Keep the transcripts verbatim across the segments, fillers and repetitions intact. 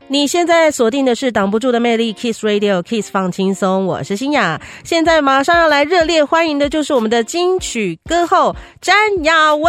你现在锁定的是挡不住的魅力 Kiss Radio Kiss 放轻松，我是欣雅。现在马上要来热烈欢迎的就是我们的金曲歌后詹雅雯。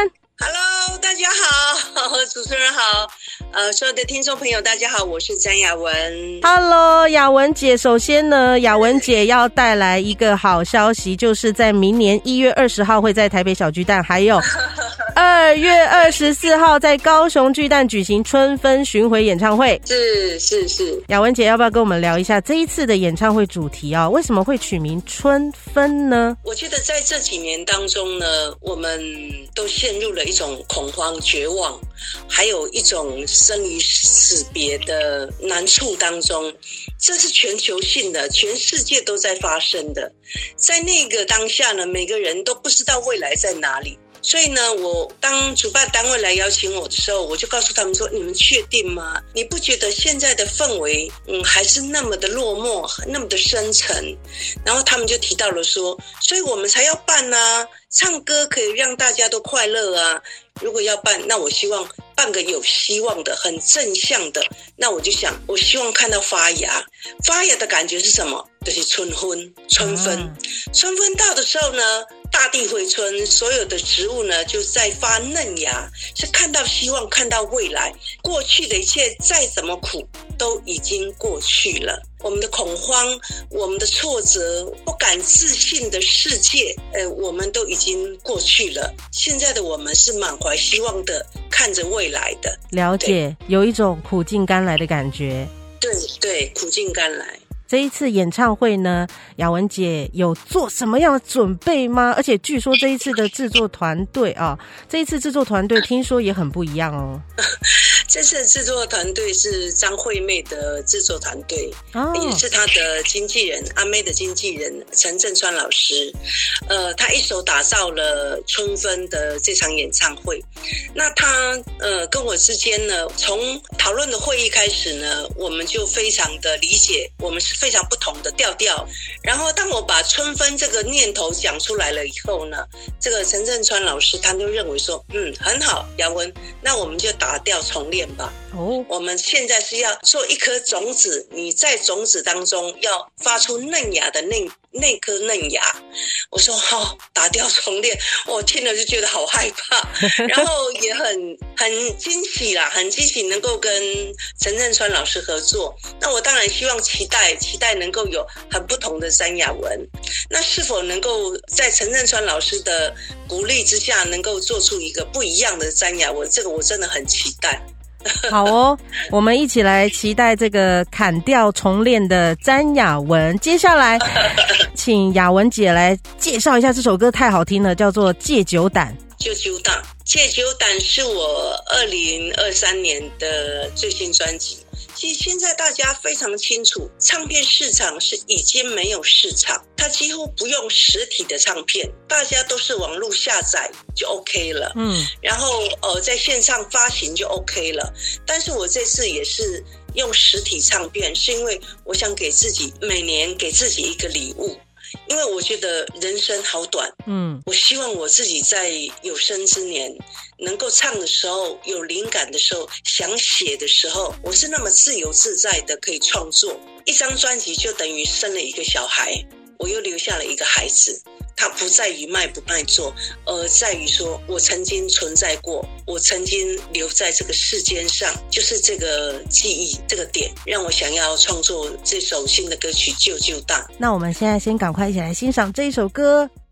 Hello， 大家好，主持人好，呃，所有的听众朋友大家好，我是詹雅雯。 Hello， 雅雯姐，首先呢，雅雯姐要带来一个好消息，就是在明年一月二十号会在台北小巨蛋，还有二月二十四号在高雄巨蛋举行春分巡回演唱会。 是是是， 雅雯姐要不要跟我们聊一下这一次的演唱会主题啊？为什么会取名春分呢？ 我觉得在这几年当中呢，我们都陷入了一种恐慌、绝望，还有一种生离死别的难处当中，这是全球性的，全世界都在发生的。在那个当下呢，每个人都不知道未来在哪里。所以呢，我当主办单位来邀请我的时候，我就告诉他们说，你们确定吗？你不觉得现在的氛围嗯还是那么的落寞，那么的深沉？然后他们就提到了说，所以我们才要办啊，唱歌可以让大家都快乐啊，如果要办，那我希望办个有希望的，很正向的。那我就想，我希望看到发芽。发芽的感觉是什么？就是春分，春分、嗯、春分到的时候呢，大地回春，所有的植物呢就在发嫩芽，是看到希望，看到未来。过去的一切再怎么苦都已经过去了，我们的恐慌，我们的挫折，不敢自信的世界呃，我们都已经过去了。现在的我们是满怀希望的，看着未来的。 了解，有一种苦尽甘来的感觉。 对对，苦尽甘来。 这一次演唱会呢，雅雯姐有做什么样的准备吗？而且据说这一次的制作团队啊，这一次制作团队听说也很不一样哦。 这次的制作团队是张惠妹的制作团队，哦、也是她的经纪人，阿妹的经纪人陈振川老师。呃，他一手打造了春分的这场演唱会。那他呃跟我之间呢，从讨论的会议开始呢，我们就非常的理解，我们是非常不同的调调。然后当我把春分这个念头讲出来了以后呢，这个陈振川老师他就认为说，嗯，很好，雅雯，那我们就打掉重练吧。哦，我们现在是要做一颗种子，你在种子当中要发出嫩芽的那那颗嫩芽。我说好、哦，打掉重练，我听了就觉得好害怕，然后也很很惊喜啦，很惊喜能够跟陈振川老师合作。那我当然希望期待期待能够有很不同的詹雅雯。那是否能够在陈振川老师的鼓励之下，能够做出一个不一样的詹雅雯？这个我真的很期待。 好哦，我们一起来期待这个砍掉重练的詹雅雯。接下来请雅雯姐来介绍一下这首歌，太好听了，叫做《戒酒胆》。 戒酒胆，戒酒胆是我二零二三年的最新专辑。其实现在大家非常清楚，唱片市场是已经没有市场，它几乎不用实体的唱片，大家都是网络下载就 OK 了，嗯，然后呃在线上发行就 OK 了。但是我这次也是用实体唱片，是因为我想给自己每年给自己一个礼物。因为我觉得人生好短，嗯，我希望我自己在有生之年能够唱的时候，有灵感的时候，想写的时候，我是那么自由自在的可以创作。一张专辑就等于生了一个小孩，我又留下了一个孩子。它不在于卖不卖座，而在于说我曾经存在过，我曾经留在这个世间上，就是这个记忆，这个点让我想要创作这首新的歌曲《救救大》。 那我们现在先赶快一起来欣赏这一首歌。